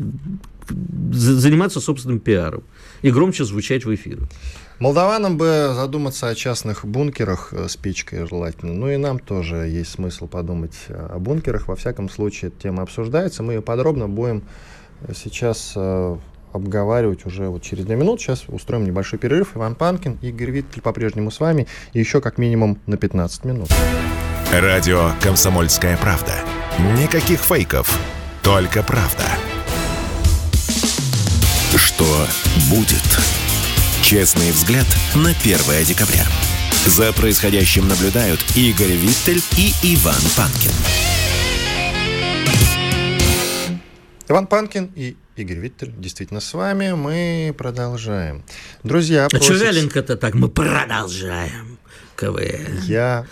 заниматься собственным пиаром и громче звучать в эфире. Молдаванам бы задуматься о частных бункерах с печкой желательно. Ну и нам тоже есть смысл подумать о бункерах. Во всяком случае, эта тема обсуждается. Мы ее подробно будем сейчас обговаривать уже вот через две минуты. Сейчас устроим небольшой перерыв. Иван Панкин, Игорь Виттель по-прежнему с вами. И еще как минимум на пятнадцать минут. Радио «Комсомольская правда». Никаких фейков, только правда. Что будет? Честный взгляд на первое декабря. За происходящим наблюдают Игорь Виттель и Иван Панкин. Иван Панкин и Игорь Виттель действительно с вами. Мы продолжаем. Друзья, а просят... что вяленько-то так? Мы продолжаем. КВН. Я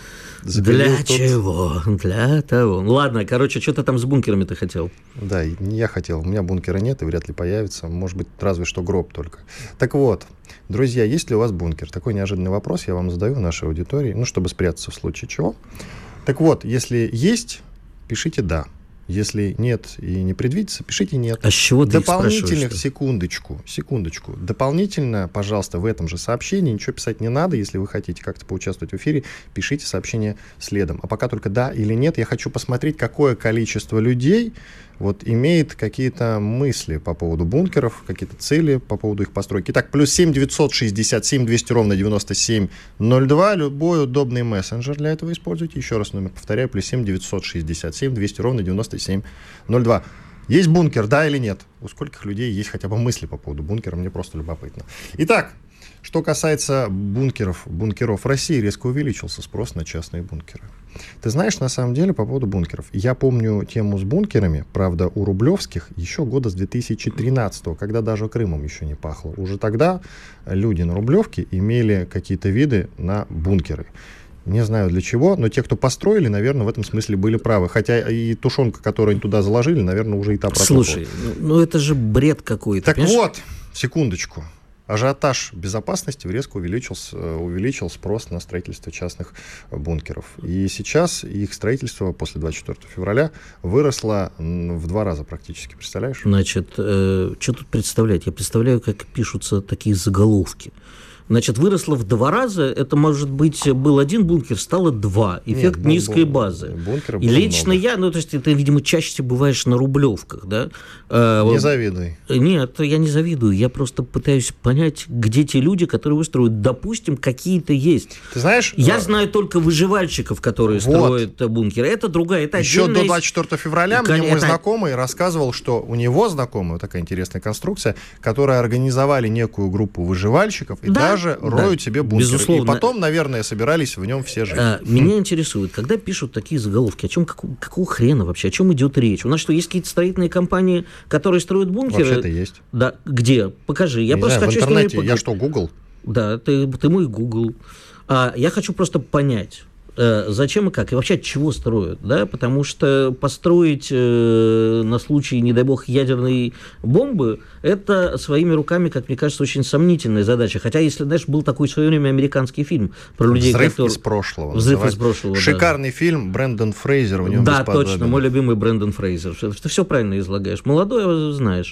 Для тут... чего? Для того. Ладно, короче, что ты там с бункерами ты хотел? Да, не я хотел. У меня бункера нет и вряд ли появится. Может быть, разве что гроб только. Так вот, друзья, есть ли у вас бункер? Такой неожиданный вопрос я вам задаю нашей аудитории, ну, чтобы спрятаться в случае чего. Так вот, если есть, пишите «да». Если нет и не предвидится, пишите «нет». А с чего ты Дополнительных, секундочку, секундочку. Дополнительно, пожалуйста, в этом же сообщении ничего писать не надо. Если вы хотите как-то поучаствовать в эфире, пишите сообщение следом. А пока только «да» или «нет». Я хочу посмотреть, какое количество людей вот имеет какие-то мысли по поводу бункеров, какие-то цели по поводу их постройки. Итак, плюс семь девятьсот шестьдесят семь двести ровно девяносто семь ноль два. Любой удобный мессенджер для этого используйте. Еще раз номер повторяю. Плюс семь девятьсот шестьдесят семь двести ровно девяносто семь ноль два. Есть бункер, да или нет? У скольких людей есть хотя бы мысли по поводу бункера? Мне просто любопытно. Итак, что касается бункеров, бункеров в России, резко увеличился спрос на частные бункеры. Ты знаешь, на самом деле, по поводу бункеров. Я помню тему с бункерами, правда, у рублевских еще года с две тысячи тринадцатого, когда даже Крымом еще не пахло. Уже тогда люди на Рублевке имели какие-то виды на бункеры. Не знаю для чего, но те, кто построили, наверное, в этом смысле были правы. Хотя и тушенка, которую они туда заложили, наверное, уже и та протухла. Слушай, ну это же бред какой-то. Так понимаешь? Вот, секундочку. Ажиотаж безопасности резко увеличился, увеличил спрос на строительство частных бункеров. И сейчас их строительство после двадцать четвёртого февраля выросло в два раза практически. Представляешь? Значит, э, что тут представлять? Я представляю, как пишутся такие заголовки. Значит, выросло в два раза, это, может быть, был один бункер, стало два. Эффект Нет, бун- низкой бун- базы. И лично много. я, ну, то есть, ты, видимо, чаще всего бываешь на Рублевках, да? Не завидуй. Нет, я не завидую, я просто пытаюсь понять, где те люди, которые выстроят. Допустим, какие-то есть. Ты знаешь? Я а... знаю только выживальщиков, которые вот. строят бункеры. Это другая, это Еще отдельная... до двадцать четвёртого февраля Кон... мне мой это... знакомый рассказывал, что у него знакомый, вот такая интересная конструкция, которые организовали некую группу выживальщиков и да? даже роют да, себе бункеры. Безусловно. И потом, наверное, собирались в нем все жить. А, меня интересует, когда пишут такие заголовки, о чем, какого, какого хрена вообще, о чем идет речь? У нас что, есть какие-то строительные компании, которые строят бункеры? Вообще-то есть. Да, где? Покажи. Я Не просто знаю, хочу в интернете. с ними... Я что, Google? Да, ты, ты мой Google. А, я хочу просто понять, зачем и как, и вообще от чего строят, да, потому что построить э, на случай, не дай бог, ядерной бомбы, это своими руками, как мне кажется, очень сомнительная задача, хотя, если, знаешь, был такой в свое время американский фильм про людей, «Взрыв которые... из прошлого». «Взрыв из прошлого», Шикарный да. фильм, Брэндон Фрейзер в нем Да, бесподобен. точно, мой любимый Брэндон Фрейзер, ты все правильно излагаешь, молодой, знаешь.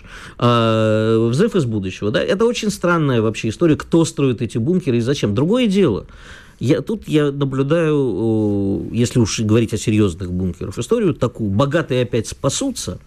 А, «Взрыв из будущего», да, это очень странная вообще история, кто строит эти бункеры и зачем. Другое дело. Я, тут я наблюдаю, если уж говорить о серьезных бункерах, историю такую: богатые опять спасутся,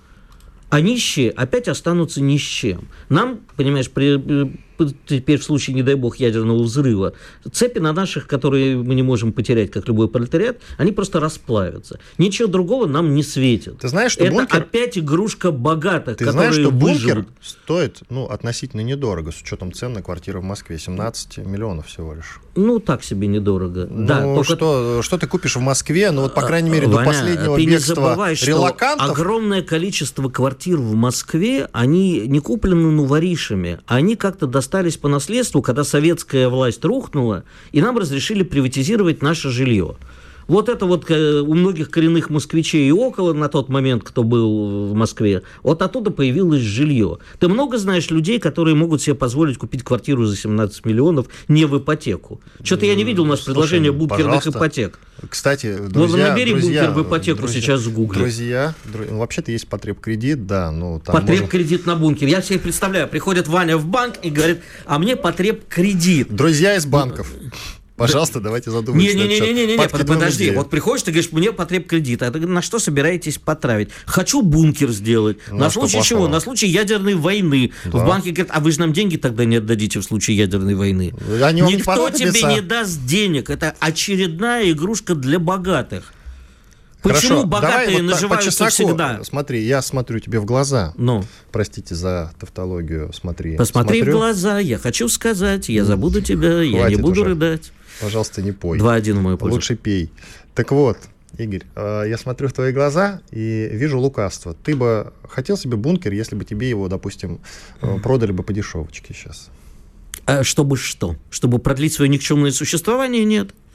а нищие опять останутся ни с чем. Нам, понимаешь, при, теперь в случае, не дай бог, ядерного взрыва, цепи на наших, которые мы не можем потерять, как любой пролетариат, они просто расплавятся. Ничего другого нам не светит. Ты знаешь, что это бункер... опять игрушка богатых, Ты которые знаешь, что выживут. бункер стоит, ну, относительно недорого, с учетом цен на квартиры в Москве. семнадцать миллионов всего лишь. Ну, так себе недорого. Ну, да, только... что, что ты купишь в Москве, ну, вот, по крайней мере, Ваня, до последнего ты бегства не забывай, что релокантов... огромное количество квартир в Москве, они не куплены новоришами, они как-то достались по наследству, когда советская власть рухнула, и нам разрешили приватизировать наше жилье. Вот это вот у многих коренных москвичей и около на тот момент, кто был в Москве, вот оттуда появилось жилье. Ты много знаешь людей, которые могут себе позволить купить квартиру за семнадцать миллионов не в ипотеку? Что-то я не видел у нас предложения бункерных ипотек. Кстати, друзья, ну, набери друзья, бункер в ипотеку друзья, сейчас в Гугле. Друзья, друзья ну, вообще-то есть потребкредит, да. Ну, там потребкредит можно... на бункер. Я себе представляю, приходит Ваня в банк и говорит, а мне потребкредит. Друзья из банков. Пожалуйста, давайте задумаемся. Не-не-не, подожди, идею. Вот приходишь, ты говоришь, мне потреб кредит, а ты на что собираетесь потратить? Хочу бункер сделать. На, на случай чего? Плохого? На случай ядерной войны. Да. В банке говорят, а вы же нам деньги тогда не отдадите в случае ядерной войны. Они Никто тебе лица. не даст денег. Это очередная игрушка для богатых. Почему Хорошо, богатые вот наживаются по всегда? Смотри, я смотрю тебе в глаза. Ну. Простите за тавтологию. Смотри. Посмотри смотрю. в глаза, я хочу сказать, я забуду тебя, Хватит я не буду уже. рыдать. Пожалуйста, не пой. два один в мою пользу. Лучше пей. Так вот, Игорь, я смотрю в твои глаза и вижу лукавство. Ты бы хотел себе бункер, если бы тебе его, допустим, продали бы по дешевочке сейчас? А чтобы что? Чтобы продлить свое никчемное существование? Нет.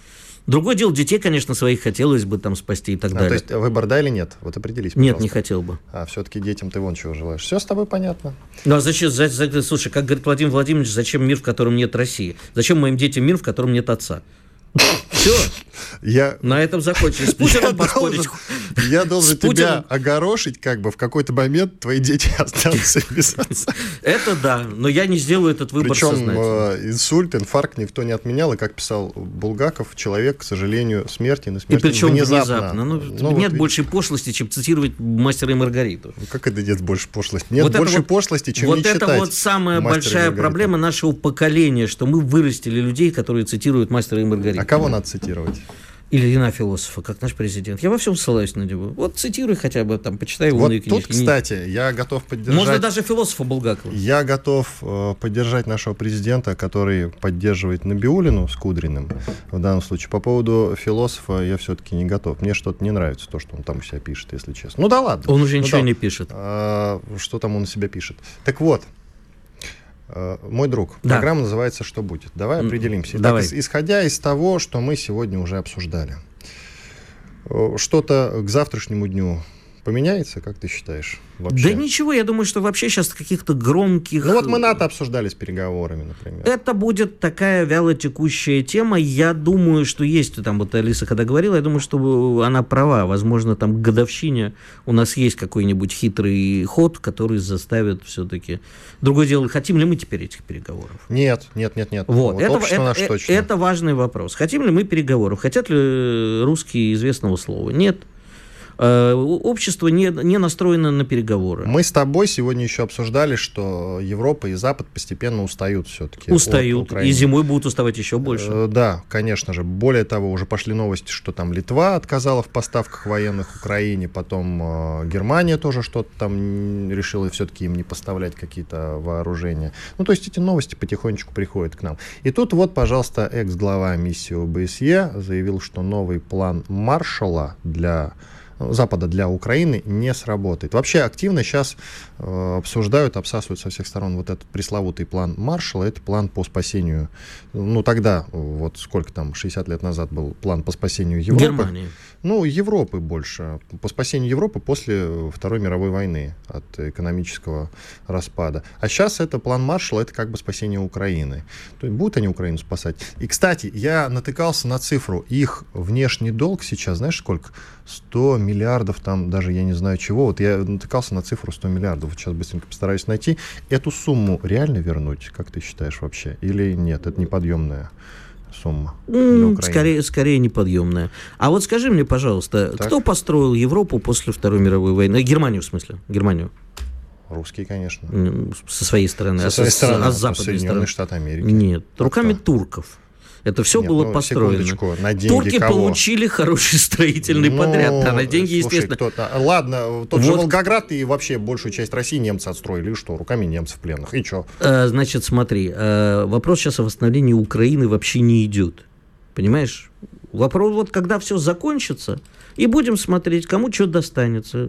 Другое дело, детей, конечно, своих хотелось бы там спасти и так а, далее. То есть выбор да или нет? Вот определись, пожалуйста. Нет, не хотел бы. А все-таки детям ты вон чего желаешь. Все с тобой понятно. Ну, а зачем, за, за, слушай, как говорит Владимир Владимирович, зачем мир, в котором нет России? Зачем моим детям мир, в котором нет отца? Все. Я... На этом закончили. С Путиным поспорить. Я должен тебя огорошить, как бы в какой-то момент твои дети останутся без отца. Это да, но я не сделаю этот выбор сознательно. Причем инсульт, инфаркт никто не отменял, и, как писал Булгаков, человек, к сожалению, смерти на смерти внезапно. И причем внезапно. внезапно. Ну, ну, нет вот большей пошлости, чем цитировать «Мастера и Маргариту». Ну, как это нет больше пошлости? Нет вот больше вот, пошлости, чем вот не читать. Вот это вот самая большая проблема нашего поколения, что мы вырастили людей, которые цитируют «Мастера и Маргариту». А кого надо цитировать? Ильина Философа, как наш президент. Я во всем ссылаюсь на него. Вот цитируй хотя бы, там, почитай умные вот книжки. Тут, кстати, я готов поддержать... Можно даже философа Булгакова. Я готов э, поддержать нашего президента, который поддерживает Набиуллину с Кудриным. В данном случае. По поводу философа я все-таки не готов. Мне что-то не нравится, то, что он там у себя пишет, если честно. Ну да ладно. Он уже ну, ничего да. не пишет. А, что там он у себя пишет? Так вот. Мой друг, да. программа называется «Что будет?». Давай определимся. Давай. Итак, исходя из того, что мы сегодня уже обсуждали, что-то к завтрашнему дню поменяется, как ты считаешь? Вообще? Да ничего, я думаю, что вообще сейчас каких-то громких... Ну вот мы НАТО обсуждали с переговорами, например. Это будет такая вялотекущая тема. Я думаю, что есть, там вот Алиса когда говорила, я думаю, что она права. Возможно, там к годовщине у нас есть какой-нибудь хитрый ход, который заставит все-таки... Другое дело, хотим ли мы теперь этих переговоров? Нет, нет, нет, нет. Вот, вот это, общество это, наше точно. Это важный вопрос. Хотим ли мы переговоров? Хотят ли русские известного слова? Нет. Общество не, не настроено на переговоры. Мы с тобой сегодня еще обсуждали, что Европа и Запад постепенно устают все-таки. Устают, и зимой будут уставать еще больше. Э, да, конечно же. Более того, уже пошли новости, что там Литва отказала в поставках военных Украине, потом э, Германия тоже что-то там решила все-таки им не поставлять какие-то вооружения. Ну, то есть эти новости потихонечку приходят к нам. И тут вот, пожалуйста, экс-глава миссии О Бэ Эс Е заявил, что новый план Маршалла для... Запада для Украины не сработает. Вообще активно сейчас э, обсуждают, обсасывают со всех сторон вот этот пресловутый план Маршалла. Это план по спасению, ну тогда, вот сколько там, шестьдесят лет назад был план по спасению Европы. Германии. Ну, Европы больше. По спасению Европы после Второй мировой войны от экономического распада. А сейчас это план Маршалла, это как бы спасение Украины. То есть будут они Украину спасать. И, кстати, я натыкался на цифру. Их внешний долг сейчас, знаешь, сколько? сто миллиардов, там даже я не знаю чего. Вот я натыкался на цифру сто миллиардов. Вот сейчас быстренько постараюсь найти. Эту сумму реально вернуть, как ты считаешь вообще? Или нет, это неподъемная сумма для Украины? Скорее, скорее неподъемная. А вот скажи мне, пожалуйста, так. Кто построил Европу после Второй мировой войны? Германию, в смысле? Германию. Русские, конечно. Со своей стороны. Со а своей со, стороны. А с западной Соединенные стороны? Штаты Америки. Нет, а руками кто? турков. Это все Нет, было ну, построено. На деньги Турки кого? получили хороший строительный ну, подряд. Да, на деньги, слушай, естественно. Кто-то... Ладно, тот вот. же Волгоград и вообще большую часть России немцы отстроили. И что? Руками немцев пленных. И что? А, значит, смотри. А, вопрос сейчас о восстановлении Украины вообще не идет. Понимаешь? Вопрос, вот когда все закончится, и будем смотреть, кому что достанется.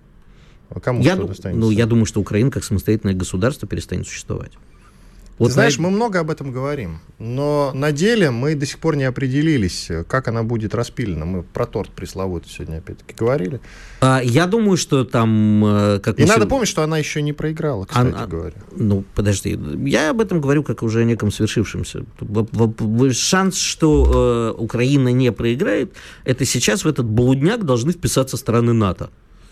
А кому я, что достанется? Ну, я думаю, что Украина как самостоятельное государство перестанет существовать. Ты вот знаешь, на... мы много об этом говорим, но на деле мы до сих пор не определились, как она будет распилена. Мы про торт пресловутый сегодня опять-таки говорили. А, я думаю, что там... Как И надо сегодня... помнить, что она еще не проиграла, кстати а, говоря. Ну, подожди. Я об этом говорю как уже о неком свершившемся. Шанс, что э, Украина не проиграет, это сейчас в этот блудняк должны вписаться страны НАТО.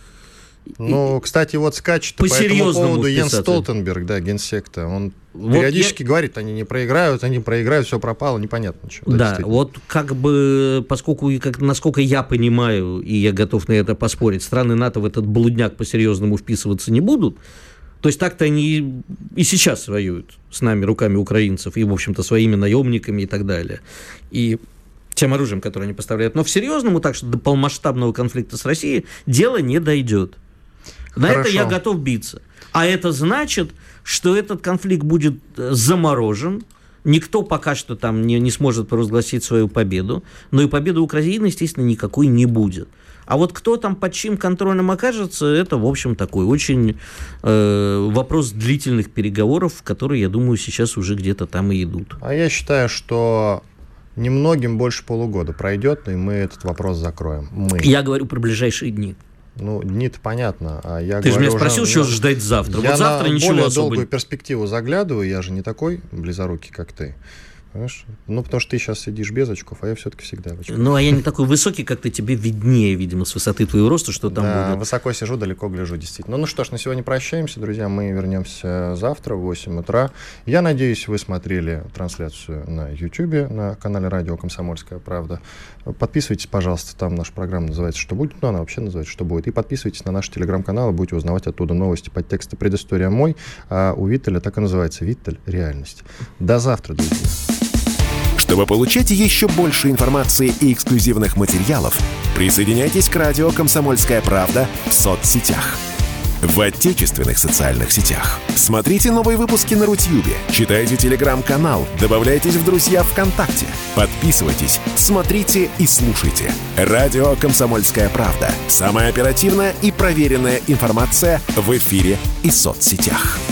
Ну, кстати, вот скачет по, по этому поводу Йенс Столтенберг, да, генсек-то, он вот периодически я... говорит, они не проиграют, они проиграют, все пропало, непонятно ничего. Да, да вот как бы, поскольку, как, насколько я понимаю, и я готов на это поспорить, страны НАТО в этот блудняк по-серьезному вписываться не будут, то есть так-то они и сейчас воюют с нами руками украинцев, и, в общем-то, своими наемниками и так далее. И тем оружием, которое они поставляют. Но в-серьезному, так что до полномасштабного конфликта с Россией дело не дойдет. На Хорошо. это я готов биться. А это значит, что этот конфликт будет заморожен. Никто пока что там не, не сможет провозгласить свою победу. Но и победы Украины, естественно, никакой не будет. А вот кто там под чьим контролем окажется, это, в общем, такой очень э, вопрос длительных переговоров, которые, я думаю, сейчас уже где-то там и идут. А я считаю, что Немногим больше полугода пройдет, и мы этот вопрос закроем. Мы. Я говорю про ближайшие дни. Ну, дни-то понятно. А я Ты же меня уже, спросил, ну, что ждать завтра. Я вот завтра на ничего более особо... долгую перспективу заглядываю, я же не такой близорукий, как ты. Понимаешь? Ну, потому что ты сейчас сидишь без очков, а я все-таки всегда в очках. Ну, а я не такой высокий, как ты, тебе виднее, видимо, с высоты твоего роста, что там да, будет. Высоко сижу, далеко гляжу, действительно. Ну, ну что ж, на сегодня прощаемся, друзья. Мы вернемся завтра в восемь утра. Я надеюсь, вы смотрели трансляцию на YouTube, на канале радио «Комсомольская правда». Подписывайтесь, пожалуйста, там наша программа называется «Что будет?», но она вообще называется «Что будет?». И подписывайтесь на наш телеграм-канал, и будете узнавать оттуда новости, подтексты, предыстория мой. А у Виттеля так и называется «Виттель. Реальность». До завтра, друзья. Чтобы получать еще больше информации и эксклюзивных материалов, присоединяйтесь к радио «Комсомольская правда» в соцсетях. В отечественных социальных сетях. Смотрите новые выпуски на Рутьюбе, читайте телеграм-канал, добавляйтесь в друзья ВКонтакте, подписывайтесь, смотрите и слушайте. Радио «Комсомольская правда». Самая оперативная и проверенная информация в эфире и соцсетях.